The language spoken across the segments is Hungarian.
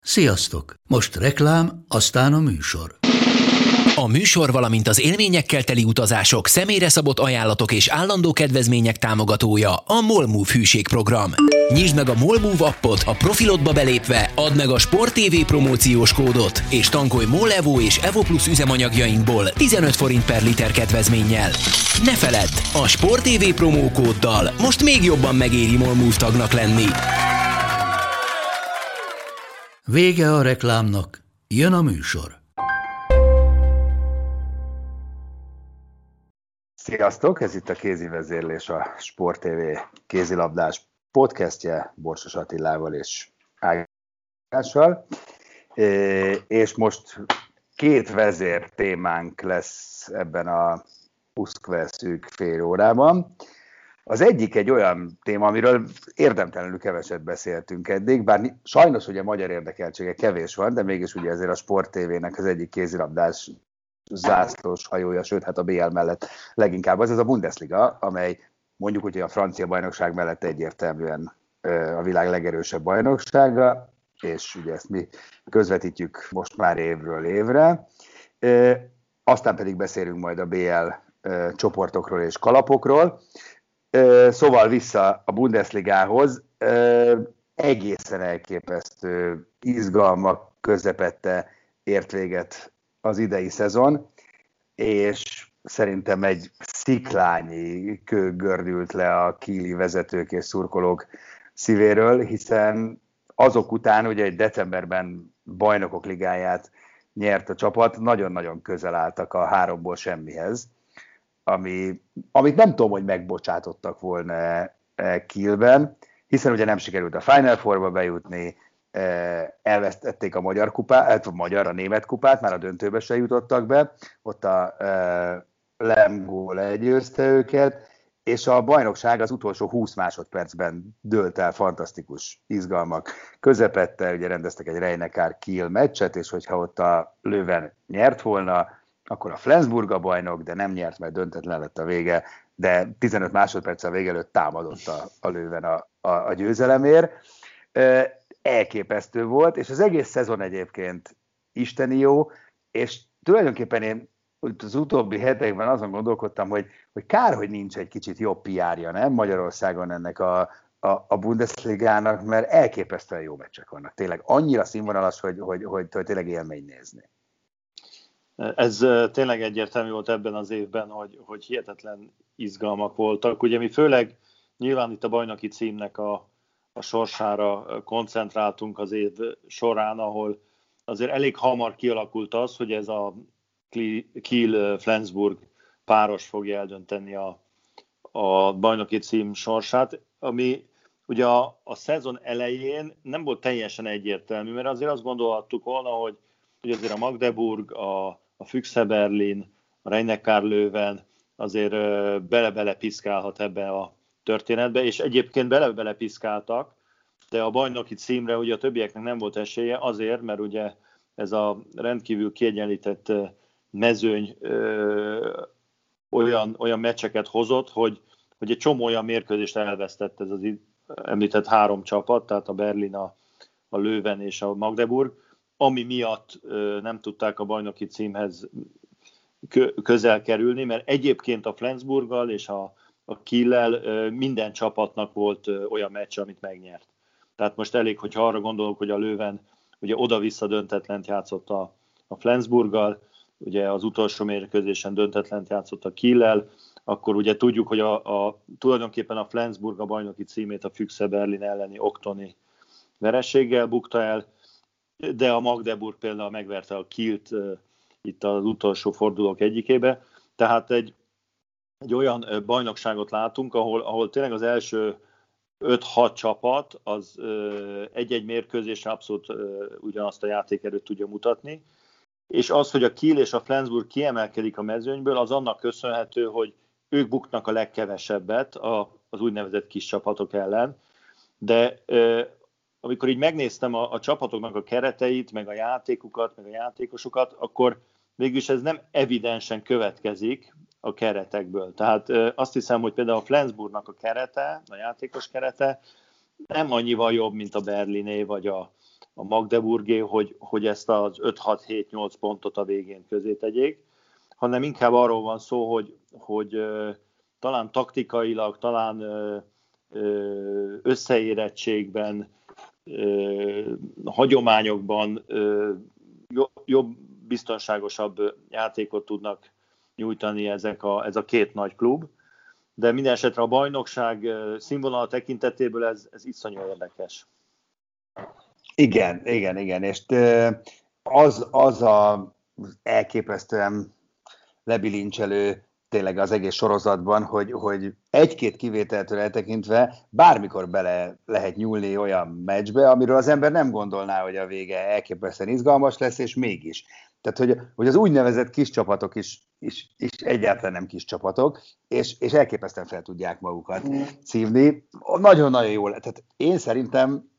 Sziasztok! Most reklám, aztán a műsor. A műsor, valamint az élményekkel teli utazások, személyre szabott ajánlatok és állandó kedvezmények támogatója a MOL Move hűségprogram. Nyisd meg a MOL Move appot, a profilodba belépve add meg a Sport TV promóciós kódot, és tankolj MOL Evo és Evo Plus üzemanyagjainkból 15 forint per liter kedvezménnyel. Ne feledd, a Sport TV promókóddal most még jobban megéri MOL Move tagnak lenni. Vége a reklámnak, jön a műsor. Sziasztok! Ez itt a Kézi Vezérlés, a Sport TV kézilabdás podcastje Borsos Attilával és Ágással. És most két vezér témánk lesz ebben a puszkve szűk fél órában. Az egyik egy olyan téma, amiről érdemtelenül keveset beszéltünk eddig, bár sajnos ugye magyar érdekeltsége kevés van, de mégis ugye ezért a Sport TV-nek az egyik kézilabdás zászlós hajója, sőt, hát a BL mellett leginkább az a Bundesliga, amely mondjuk úgy, hogy a francia bajnokság mellett egyértelműen a világ legerősebb bajnoksága, és ugye ezt mi közvetítjük most már évről évre. Aztán pedig beszélünk majd a BL csoportokról és kalapokról. Szóval vissza a Bundesligához, egészen elképesztő izgalmak közepette ért véget az idei szezon, és szerintem egy sziklányi kő gördült le a kieli vezetők és szurkolók szívéről, hiszen azok után, ugye egy decemberben Bajnokok Ligáját nyert a csapat, nagyon-nagyon közel álltak a 3-ból semmihez, amit nem tudom, hogy megbocsátottak volna Kielben, hiszen ugye nem sikerült a Final Fourba bejutni, elvesztették a magyar kupát, a német kupát, már a döntőbe se jutottak be, ott a Lemgo legyőzte őket, és a bajnokság az utolsó 20 másodpercben dőlt el fantasztikus izgalmak közepette, ugye rendeztek egy Rhein-Neckar-Kiel meccset, és hogyha ott a Löwen nyert volna, akkor a Flensburg a bajnok, de nem nyert, mert döntetlen lett a vége, de 15 másodperccel vége előtt támadott a Löwen a győzelemért. Elképesztő volt, és az egész szezon egyébként isteni jó, és tulajdonképpen én az utóbbi hetekben azon gondolkodtam, hogy kár, hogy nincs egy kicsit jobb PR-ja, nem Magyarországon ennek a Bundesligának, mert elképesztően jó meccsek vannak. Tényleg annyira színvonalas, hogy tényleg élmény nézni. Ez tényleg egyértelmű volt ebben az évben, hogy hihetetlen izgalmak voltak. Ugye mi főleg nyilván itt a bajnoki címnek a sorsára koncentráltunk az év során, ahol azért elég hamar kialakult az, hogy ez a Kiel-Flensburg páros fogja eldönteni a bajnoki cím sorsát, ami ugye a szezon elején nem volt teljesen egyértelmű, mert azért azt gondolhattuk volna, hogy azért a Magdeburg, a Füchse Berlin, a Rhein-Neckar Löwen azért bele-bele piszkálhat ebbe a történetbe, és egyébként bele-bele piszkáltak, de a bajnoki címre ugye a többieknek nem volt esélye azért, mert ugye ez a rendkívül kiegyenlített mezőny olyan meccseket hozott, hogy egy csomó olyan mérkőzést elvesztett ez az említett 3 csapat, tehát a Berlin, a Löwen és a Magdeburg, ami miatt nem tudták a bajnoki címhez közel kerülni, mert egyébként a Flensburggal és a Kiellel minden csapatnak volt olyan meccs, amit megnyert. Tehát most elég, hogyha arra gondolok, hogy a Löwen ugye oda-vissza döntetlent játszott a Flensburggal, ugye az utolsó mérkőzésen döntetlent játszott a Kiellel, akkor ugye tudjuk, hogy tulajdonképpen a Flensburg a bajnoki címét a Füchse Berlin elleni oktoni vereséggel bukta el, de a Magdeburg például megverte a Kielt itt az utolsó fordulók egyikébe. Tehát egy olyan bajnokságot látunk, ahol tényleg az első 5-6 csapat az egy-egy mérkőzésre abszolút ugyanazt a játékerőt tudja mutatni. És az, hogy a Kiel és a Flensburg kiemelkedik a mezőnyből, az annak köszönhető, hogy ők buknak a legkevesebbet az úgynevezett kis csapatok ellen. De amikor így megnéztem a csapatoknak a kereteit, meg a játékukat, meg a játékosokat, akkor végülis ez nem evidensen következik a keretekből. Tehát azt hiszem, hogy például a Flensburgnak a kerete, a játékos kerete nem annyival jobb, mint a Berliné vagy a Magdeburgé, hogy ezt az 5-6-7-8 pontot a végén közé tegyék, hanem inkább arról van szó, hogy talán taktikailag, talán összeérettségben, hagyományokban jobb, biztonságosabb játékot tudnak nyújtani ez a két nagy klub. De minden esetre a bajnokság színvonal tekintetéből ez iszonyú érdekes. Igen, és az elképesztően lebilincselő tényleg az egész sorozatban, hogy egy-két kivételtől eltekintve bármikor bele lehet nyúlni olyan meccsbe, amiről az ember nem gondolná, hogy a vége elképesztően izgalmas lesz, és mégis. Tehát, hogy az úgynevezett kis csapatok is egyáltalán nem kis csapatok, és elképesztően fel tudják magukat szívni. Nagyon-nagyon jól. Tehát én szerintem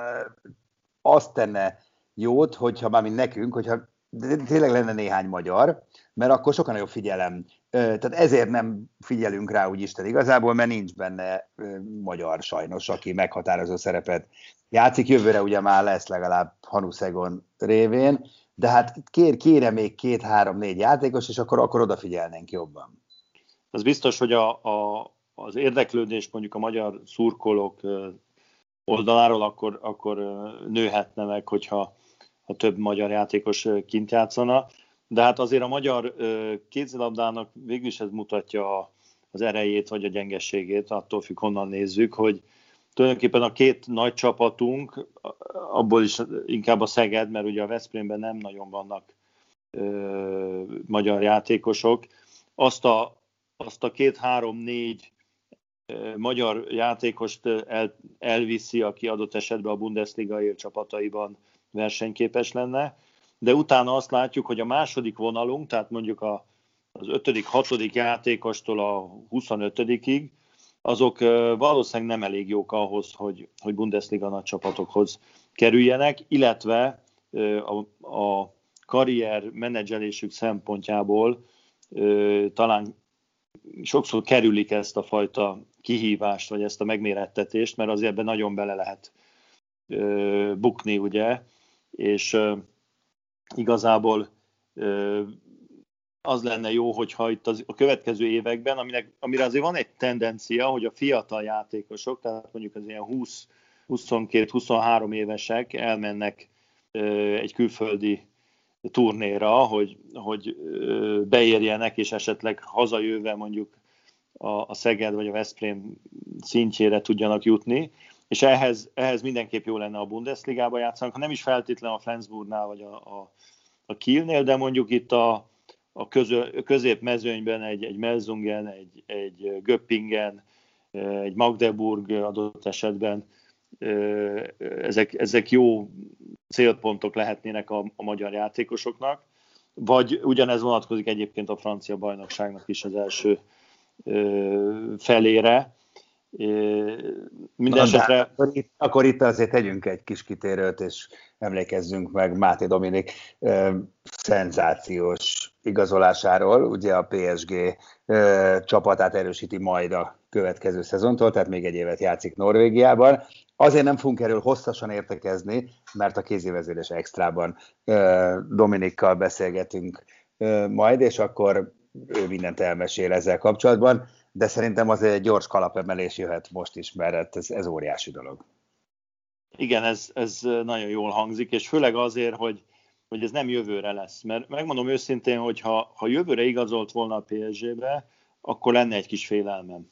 azt tenne jót, hogyha mármint nekünk, hogyha tényleg lenne néhány magyar, mert akkor sokkal nagyobb figyelem. Tehát ezért nem figyelünk rá úgy Isten igazából, mert nincs benne magyar sajnos, aki meghatározó szerepet játszik. Jövőre ugye már lesz legalább Hanus Egon révén, de hát kére még 2-3-4 játékos, és akkor odafigyelnénk jobban. Az biztos, hogy az érdeklődés mondjuk a magyar szurkolók oldaláról akkor nőhetne meg, hogyha több magyar játékos kint játszana. De hát azért a magyar kézilabdának végül is ez mutatja az erejét vagy a gyengeségét, attól függ, honnan nézzük, hogy tulajdonképpen a két nagy csapatunk, abból is inkább a Szeged, mert ugye a Veszprémben nem nagyon vannak magyar játékosok, azt a 2-3-4 magyar játékost elviszi, aki adott esetben a Bundesliga élcsapataiban versenyképes lenne, de utána azt látjuk, hogy a második vonalunk, tehát mondjuk az 5.-6. játékostól a 25-ig, azok valószínűleg nem elég jók ahhoz, hogy Bundesliga nagy csapatokhoz kerüljenek, illetve a karrier menedzselésük szempontjából talán sokszor kerülik ezt a fajta kihívást, vagy ezt a megmérettetést, mert azért ebben nagyon bele lehet bukni, ugye, és igazából az lenne jó, hogyha itt a következő években, amire azért van egy tendencia, hogy a fiatal játékosok, tehát mondjuk az ilyen 20-22-23 évesek elmennek egy külföldi turnéra, hogy beérjenek, és esetleg hazajöve mondjuk a Szeged vagy a Veszprém szintjére tudjanak jutni, és ehhez mindenképp jó lenne a Bundesligába játszanak, ha nem is feltétlenül a Flensburgnál vagy a Kielnél, de mondjuk itt a középmezőnyben egy Melsungen, egy Göppingen, egy Magdeburg adott esetben, ezek jó célpontok lehetnének a magyar játékosoknak, vagy ugyanez vonatkozik egyébként a francia bajnokságnak is az első felére. Mindenesetre... Akkor itt azért tegyünk egy kis kitérőt, és emlékezzünk meg Máté Dominik szenzációs igazolásáról. Ugye a PSG csapatát erősíti majd a következő szezontól, tehát még egy évet játszik Norvégiában. Azért nem fogunk erről hosszasan értekezni, mert a kézivezérés extrában Dominikkal beszélgetünk majd, és akkor ő mindent elmesél ezzel kapcsolatban, de szerintem azért egy gyors kalapemelés jöhet most is, mert ez óriási dolog. Igen, ez nagyon jól hangzik, és főleg azért, hogy ez nem jövőre lesz. Mert megmondom őszintén, hogy ha jövőre igazolt volna a PSG-be, akkor lenne egy kis félelmem.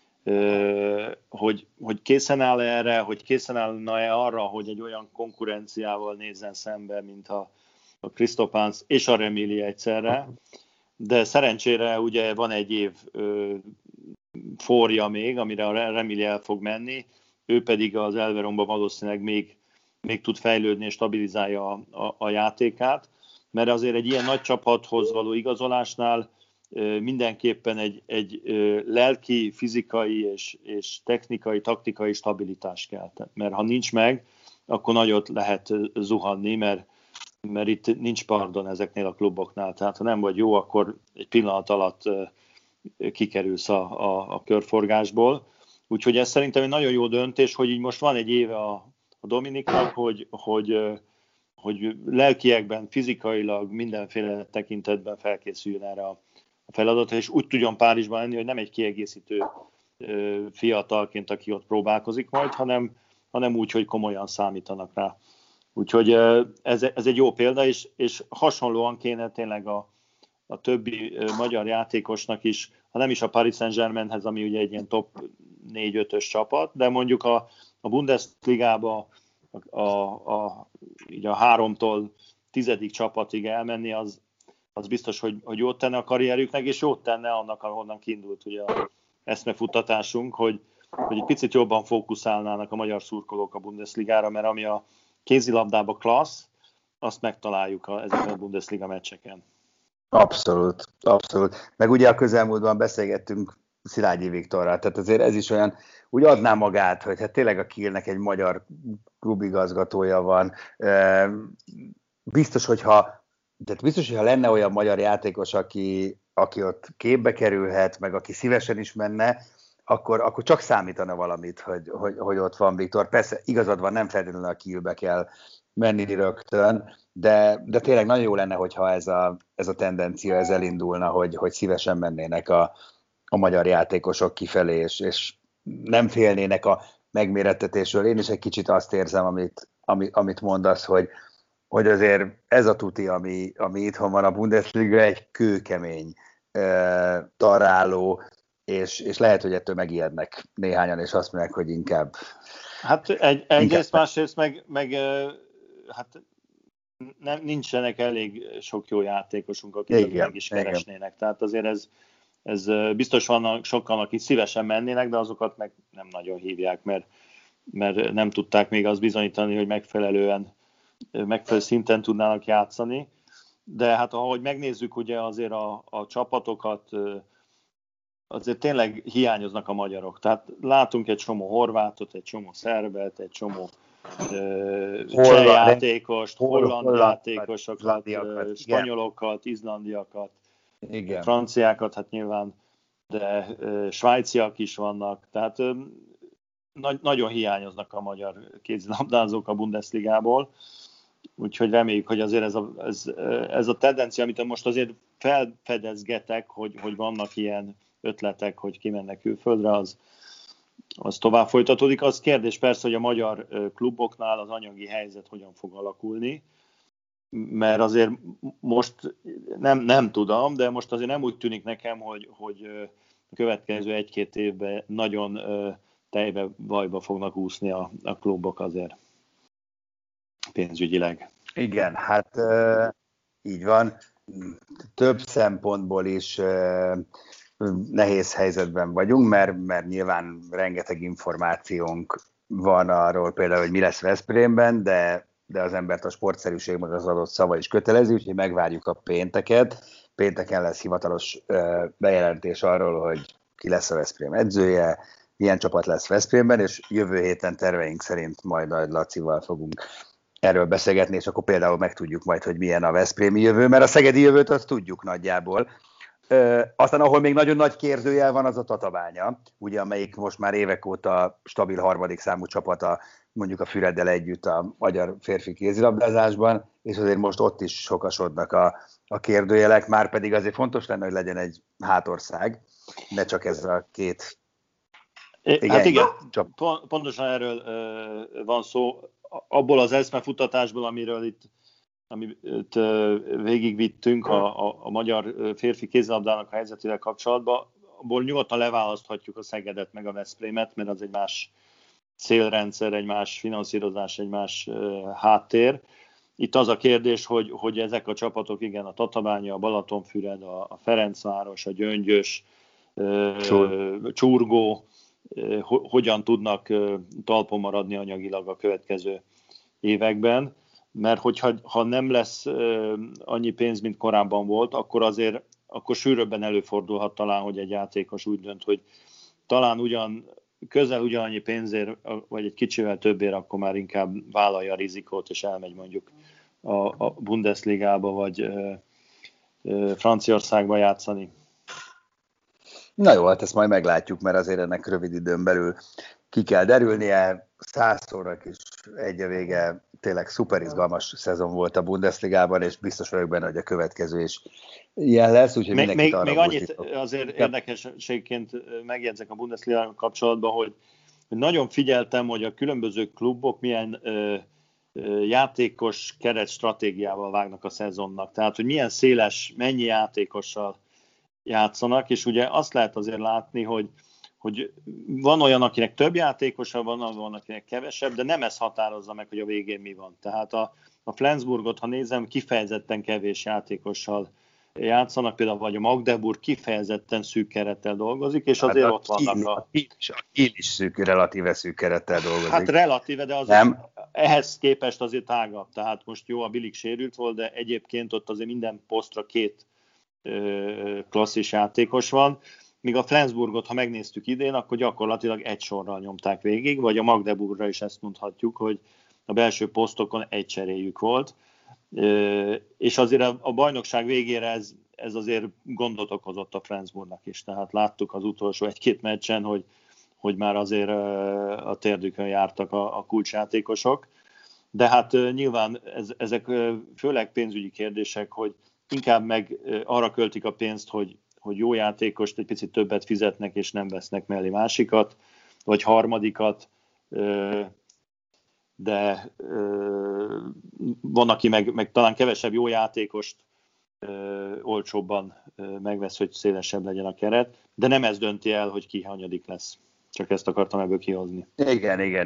Hogy készen áll erre, hogy készen állna-e arra, hogy egy olyan konkurenciával nézzen szembe, mint a Krisztopánsz és a Remili egyszerre. De szerencsére ugye van egy év forja még, amire a Remili el fog menni, ő pedig az Elveronban valószínűleg még tud fejlődni és stabilizálja a játékát, mert azért egy ilyen nagy csapathoz való igazolásnál mindenképpen egy lelki, fizikai és technikai, taktikai stabilitás kell. Mert ha nincs meg, akkor nagyot lehet zuhanni, mert itt nincs pardon ezeknél a kluboknál. Tehát ha nem vagy jó, akkor egy pillanat alatt kikerülsz a körforgásból. Úgyhogy ez szerintem egy nagyon jó döntés, hogy így most van egy éve a Dominiknak, hogy lelkiekben, fizikailag, mindenféle tekintetben felkészüljön erre a feladatra, és úgy tudjon Párizsban lenni, hogy nem egy kiegészítő fiatalként, aki ott próbálkozik majd, hanem úgy, hogy komolyan számítanak rá. Úgyhogy ez egy jó példa, és hasonlóan kéne tényleg a többi magyar játékosnak is, ha nem is a Paris Saint-Germainhez, ami ugye egy ilyen top 4-5-ös csapat, de mondjuk a Bundesligába így a 3-tól 10. csapatig elmenni, az biztos, hogy jót tenne a karrierüknek, és jót tenne annak, ahonnan kiindult ugye a eszmefuttatásunk, hogy egy picit jobban fókuszálnának a magyar szurkolók a Bundesligára, mert ami a kézilabdába klassz, azt megtaláljuk ezeken a Bundesliga meccseken. Abszolút, abszolút. Meg ugye a közelmúltban beszélgettünk Szilágyi Viktorral, tehát azért ez is olyan, úgy adná magát, hogy hát tényleg a Kielnek egy magyar klubigazgatója van. Biztos, hogyha lenne olyan magyar játékos, aki ott képbe kerülhet, meg aki szívesen is menne, akkor csak számítana valamit, hogy ott van Viktor. Persze igazad van, nem feltétlenül a Kielbe kell menni rögtön, de tényleg nagyon jó lenne, hogyha ez a tendencia ez elindulna, hogy szívesen mennének a magyar játékosok kifelé, és nem félnének a megmérettetésről. Én is egy kicsit azt érzem, amit mondasz, hogy azért ez a tuti, ami itthon van a Bundesliga, egy kőkemény daráló, és lehet, hogy ettől megijednek néhányan, és azt mondják, hogy inkább... Hát egyrészt, másrészt meg hát nincsenek elég sok jó játékosunk, akik meg is keresnének. Tehát azért ez biztos vannak sokan, akik szívesen mennének, de azokat meg nem nagyon hívják, mert nem tudták még azt bizonyítani, hogy megfelelő szinten tudnának játszani. De hát ahogy megnézzük ugye azért a csapatokat, azért tényleg hiányoznak a magyarok. Tehát látunk egy csomó horvátot, egy csomó szerbet, egy csomó cseh játékost, holland játékosokat, spanyolokat, izlandiakat, igen. Franciákat, hát nyilván, de svájciak is vannak. Tehát nagyon hiányoznak a magyar kézilabdázók a Bundesligából. Úgyhogy reméljük, hogy azért ez a tendencia, amit most azért felfedezgetek, hogy vannak ilyen ötletek, hogy kimennek külföldre, az tovább folytatódik. Az kérdés persze, hogy a magyar kluboknál az anyagi helyzet hogyan fog alakulni, mert azért most nem tudom, de most azért nem úgy tűnik nekem, hogy a következő 1-2 évben nagyon tejbe bajba fognak úszni a klubok azért pénzügyileg. Igen, hát így van. Több szempontból is nehéz helyzetben vagyunk, mert nyilván rengeteg információnk van arról például, hogy mi lesz Veszprémben, de az embert a sportszerűség meg az adott szava is kötelezi, úgyhogy megvárjuk a pénteket. Pénteken lesz hivatalos bejelentés arról, hogy ki lesz a Veszprém edzője, milyen csapat lesz Veszprémben, és jövő héten terveink szerint majd Nagy Lacival fogunk erről beszélgetni, és akkor például megtudjuk majd, hogy milyen a veszprémi jövő, mert a szegedi jövőt azt tudjuk nagyjából. Aztán ahol még nagyon nagy kérdőjel van, az a Tatabánya, ugye, amelyik most már évek óta stabil 3. számú csapata, mondjuk a Füreddel együtt a magyar férfi kézilabdázásban, és azért most ott is sokasodnak a kérdőjelek, már pedig azért fontos lenne, hogy legyen egy hátország, ne csak ez a két... Hát igen, pontosan erről van szó. Abból az eszmefutatásból, amit végigvittünk a magyar férfi kézilabdának a helyzetével kapcsolatban, abból nyugodtan leválaszthatjuk a Szegedet meg a Veszprémet, mert az egy más célrendszer, egy más finanszírozás, egy más háttér. Itt az a kérdés, hogy ezek a csapatok, igen, a Tatabánya, a Balatonfüred, a Ferencváros, a Gyöngyös, Csurgó, hogyan tudnak talpon maradni anyagilag a következő években, mert hogyha nem lesz annyi pénz, mint korábban volt, akkor sűrűbben előfordulhat talán, hogy egy játékos úgy dönt, hogy talán közel ugyanannyi pénzért, vagy egy kicsivel többért, akkor már inkább vállalja a rizikót, és elmegy mondjuk a Bundesligába, vagy Franciaországba játszani. Na jó, hát ezt majd meglátjuk, mert azért ennek rövid időn belül ki kell derülnie. 100-szornak is egy a vége, tényleg szuper izgalmas szezon volt a Bundesligában, és biztos vagyok benne, hogy a következő is ilyen lesz, úgyhogy mindenkit arra még annyit azért érdekességként megjegyzek a Bundesligával kapcsolatban, hogy nagyon figyeltem, hogy a különböző klubok milyen játékos keret stratégiával vágnak a szezonnak. Tehát, hogy milyen széles, mennyi játékossal játszanak, és ugye azt lehet azért látni, hogy van olyan, akinek több játékosa, van, akinek kevesebb, de nem ez határozza meg, hogy a végén mi van. Tehát a Flensburgot, ha nézem, kifejezetten kevés játékossal játszanak, például vagy a Magdeburg kifejezetten szűk kerettel dolgozik, és azért ott vannak a Kiel is relatíve szűk kerettel dolgozik. Hát relatíve, de ehhez képest azért tágabb. Tehát most jó, a Bilic sérült volt, de egyébként ott azért minden posztra 2 klasszis játékos van. Míg a Flensburgot, ha megnéztük idén, akkor gyakorlatilag egy sorral nyomták végig, vagy a Magdeburgra is ezt mondhatjuk, hogy a belső posztokon egy cseréjük volt. És azért a bajnokság végére ez azért gondot okozott a Flensburgnak is. Tehát láttuk az utolsó 1-2 meccsen, hogy már azért a térdükön jártak a kulcsjátékosok. De hát nyilván ezek főleg pénzügyi kérdések, hogy inkább meg arra költik a pénzt, hogy jó játékost egy picit többet fizetnek, és nem vesznek mellé másikat, vagy harmadikat, de van, aki meg talán kevesebb jó játékost olcsóbban megvesz, hogy szélesebb legyen a keret, de nem ez dönti el, hogy ki hanyadik lesz. Csak ezt akartam ebből kihozni. Igen.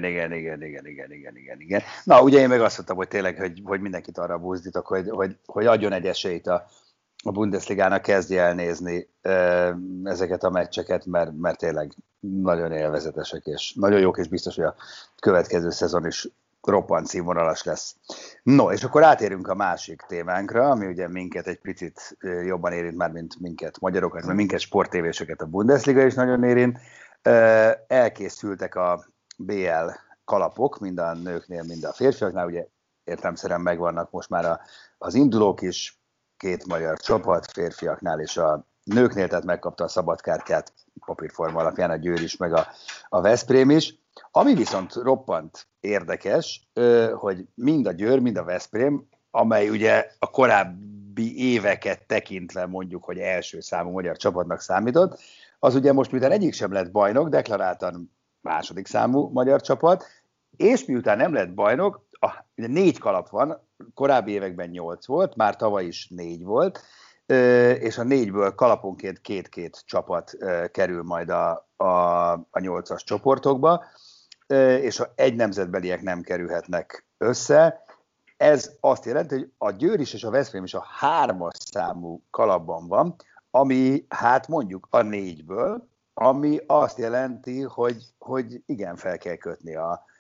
Na, ugye én meg azt mondtam, hogy tényleg, hogy mindenkit arra buzdítok, hogy adjon egy esélyt a Bundesligának, kezdje el nézni ezeket a meccseket, mert tényleg nagyon élvezetesek, és nagyon jók, és biztos, hogy a következő szezon is roppant színvonalas lesz. No, és akkor átérünk a másik témánkra, ami ugye minket egy picit jobban érint már, mint minket magyarokat, mert minket sporttévéseket a Bundesliga is nagyon érint. Elkészültek a BL kalapok, mind a nőknél, mind a férfiaknál, ugye értelemszerűen megvannak most már az indulók is, 2 magyar csapat, férfiaknál és a nőknél, tehát megkapta a szabadkártyát papírforma alapján a Győr is, meg a Veszprém is. Ami viszont roppant érdekes, hogy mind a Győr, mind a Veszprém, amely ugye a korábbi éveket tekintve mondjuk, hogy első számú magyar csapatnak számított, az ugye most miután egyik sem lett bajnok, deklaráltan második számú magyar csapat, és miután nem lett bajnok, 4 kalap van, korábbi években 8 volt, már tavaly is 4 volt, és a 4-ből kalaponként 2 csapat kerül majd a 8-as csoportokba, és egy nemzetbeliek nem kerülhetnek össze. Ez azt jelenti, hogy a Győr is és a Veszprém is a 3-as számú kalapban van, ami hát mondjuk a 4-ből, ami azt jelenti, hogy igen, fel kell kötni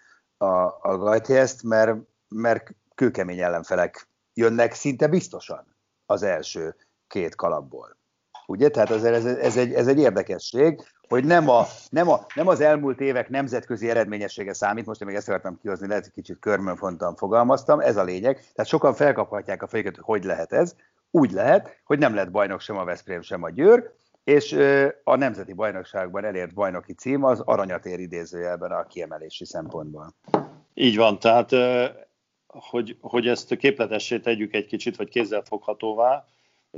a Gajtjeszt, mert kőkemény ellenfelek jönnek szinte biztosan az első 2 kalapból. Ugye? Tehát ez egy érdekesség, hogy nem az elmúlt évek nemzetközi eredményessége számít, most én még ezt akartam kihozni, lehet, hogy kicsit körmönfontan fogalmaztam, ez a lényeg. Tehát sokan felkaphatják a fejüket, hogy lehet ez. Úgy lehet, hogy nem lett bajnok sem a Veszprém, sem a Győr, és a nemzeti bajnokságban elért bajnoki cím az aranyat ér idézőjelben a kiemelési szempontból. Így van, tehát hogy ezt képletessé tegyük egy kicsit, vagy kézzelfoghatóvá,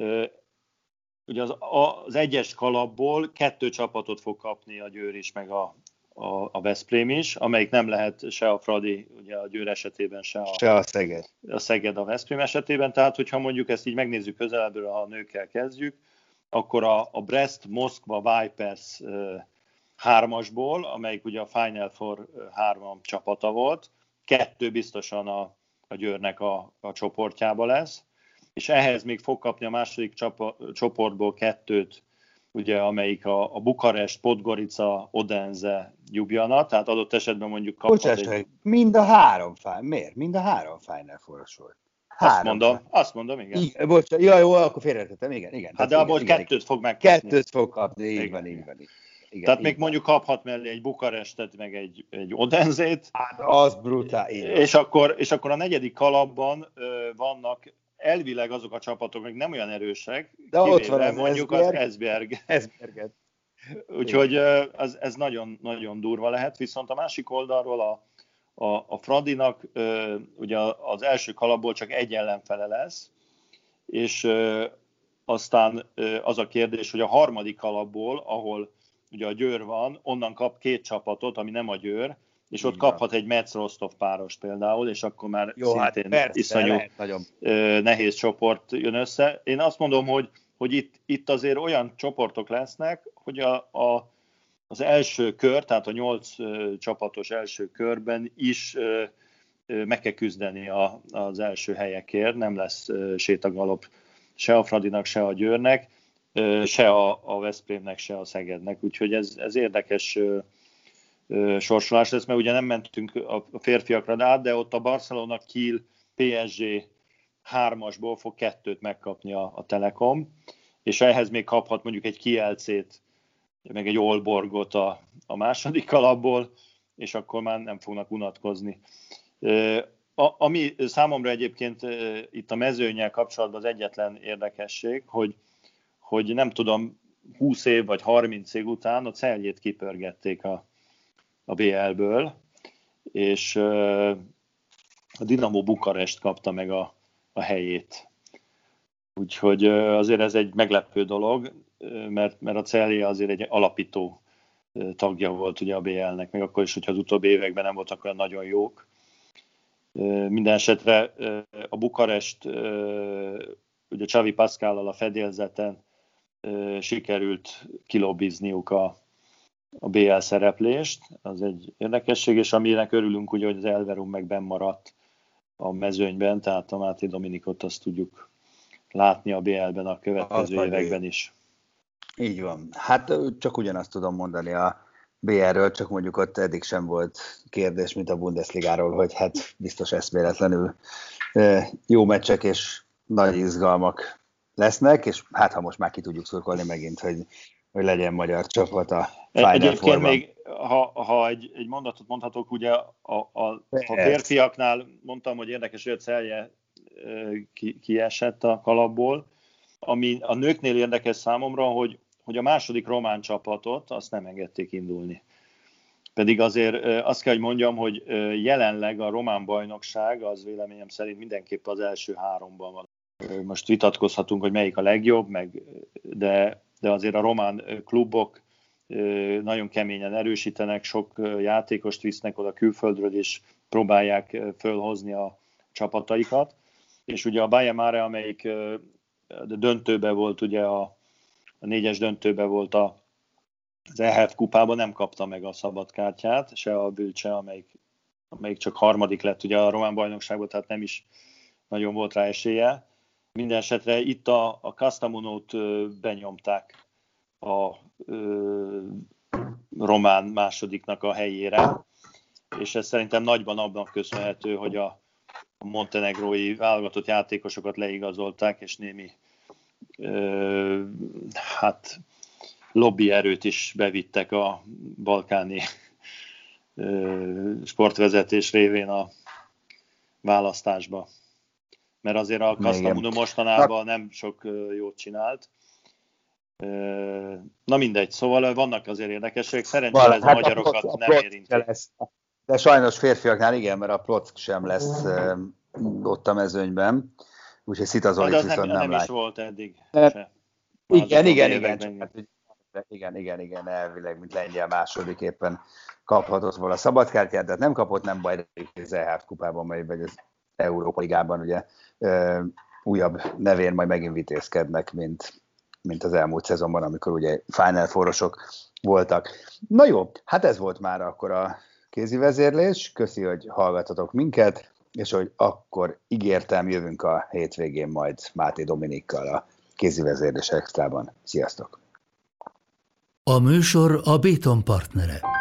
ugye az egyes kalapból 2 csapatot fog kapni a Győr is, meg a Veszprém is, amelyik nem lehet se a Fradi, ugye a Győr esetében, se a Szeged. A Szeged a Veszprém esetében, tehát hogyha mondjuk ezt így megnézzük közelebbről, ha a nőkkel kezdjük, akkor a Brest, Moszkva, Vipers 3-asból, amelyik ugye a Final Four 3 csapata volt, 2 biztosan a Győrnek a csoportjába lesz, és ehhez még fog kapni a második csoportból 2, ugye, amelyik a Bukarest, Podgorica, Odense, Ljubljana, tehát adott esetben mondjuk kaphat mind a 3 miért? Mind a 3 Final Four-os volt. Azt mondom, igen. Jó, akkor félretettem, igen. Hát de abból 2 fog megkapni. 2 fog kapni, így van. Igen, tehát még mondjuk kaphat mellé egy Bukarestet, meg egy Odensét. Hát az brutál. És akkor a 4. kalapban vannak elvileg azok a csapatok, még nem olyan erősek, de ott van mondjuk az Esbjerget. Úgyhogy ez nagyon, nagyon durva lehet, viszont a másik oldalról A Fradinak ugye az első kalapból csak egy ellenfele lesz, és aztán az a kérdés, hogy a harmadik kalapból, ahol ugye a Győr van, onnan kap 2 csapatot, ami nem a Győr, és ott kaphat egy Metz-Rostov páros például, és akkor már szintén iszonyú nehéz csoport jön össze. Én azt mondom, hogy itt azért olyan csoportok lesznek, hogy az első kör, tehát a 8 csapatos első körben is meg kell küzdeni az első helyekért, nem lesz sétagalop se a Fradinak, se a Győrnek, se a Veszprémnek, se a Szegednek, úgyhogy ez érdekes sorsolás lesz, mert ugye nem mentünk a férfiakra át, de ott a Barcelona, Kiel, PSG 3-asból fog 2-t megkapni a Telekom, és ehhez még kaphat mondjuk egy Kielcét, meg egy Aalborgot a második kalapból, és akkor már nem fognak unatkozni. Ami számomra egyébként itt a mezőnnyel kapcsolatban az egyetlen érdekesség, hogy nem tudom, 20 év vagy 30 év után a Celjét kipörgették a BL-ből, és a Dinamo Bukarest kapta meg a helyét. Úgyhogy azért ez egy meglepő dolog, mert a Celje azért egy alapító tagja volt ugye a BL-nek, még akkor is, hogyha az utóbbi években nem voltak olyan nagyon jók. Minden esetre a Bukarest ugye Xavi Pascallal a fedélzeten sikerült kilobizniuk a BL szereplést, az egy érdekesség, és aminek örülünk ugye, hogy az Elverum meg benn maradt a mezőnyben, tehát a Máté Dominikot azt tudjuk látni a BL-ben a következő években is. Így van. Hát csak ugyanazt tudom mondani a BL-ről, csak mondjuk ott eddig sem volt kérdés, mint a Bundesligáról, hogy hát biztos eszméletlenül jó meccsek és nagy izgalmak lesznek, és hát ha most már ki tudjuk szurkolni megint, hogy legyen magyar csapat a Final Fourban. Még, ha egy mondatot mondhatok, ugye a férfiaknál mondtam, hogy érdekes, hogy a Celje kiesett a kalapból, ami a nőknél érdekes számomra, hogy a második román csapatot azt nem engedték indulni. Pedig azért azt kell, hogy mondjam, hogy jelenleg a román bajnokság az véleményem szerint mindenképp az első 3-ban van. Most vitatkozhatunk, hogy melyik a legjobb, de azért a román klubok nagyon keményen erősítenek, sok játékost visznek oda külföldről, és próbálják fölhozni a csapataikat. És ugye a Baia Mare, amelyik döntőbe volt, ugye a 4-es döntőbe volt az EHF kupában, nem kapta meg a szabadkártyát, se a Bülcse, amelyik csak harmadik lett ugye a román bajnokságban, tehát nem is nagyon volt rá esélye. Minden esetre itt a Castamonót benyomták a román másodiknak a helyére, és ez szerintem nagyban abban köszönhető, hogy a montenegrói válogatott játékosokat leigazolták, és némi lobby erőt is bevittek a balkáni sportvezetés révén a választásba. Mert azért a Kastamonu mostanában nem sok jót csinált. Na mindegy, szóval vannak azért érdekességek. Szerencsére ez a magyarokat nem érinti. De sajnos férfiaknál igen, mert a Plock sem lesz ott a mezőnyben. Úgyhogy Szita Zolit viszont nem lát. Is volt eddig. Igen, elvileg, mint lengyel második éppen kaphatott volna a szabadkártyát, de nem kapott, nem baj, de az EHF kupában, vagy az Európa Ligában ugye újabb nevén majd megint vitézkednek, mint az elmúlt szezonban, amikor ugye Final Four-osok voltak. Na jó, hát ez volt már akkor a kézi vezérlés. Köszi, hogy hallgatatok minket, és hogy akkor ígértem, jövünk a hétvégén majd Máté Dominikkal a kézi vezérlés extrában. Sziasztok! A műsor a Béton partnere.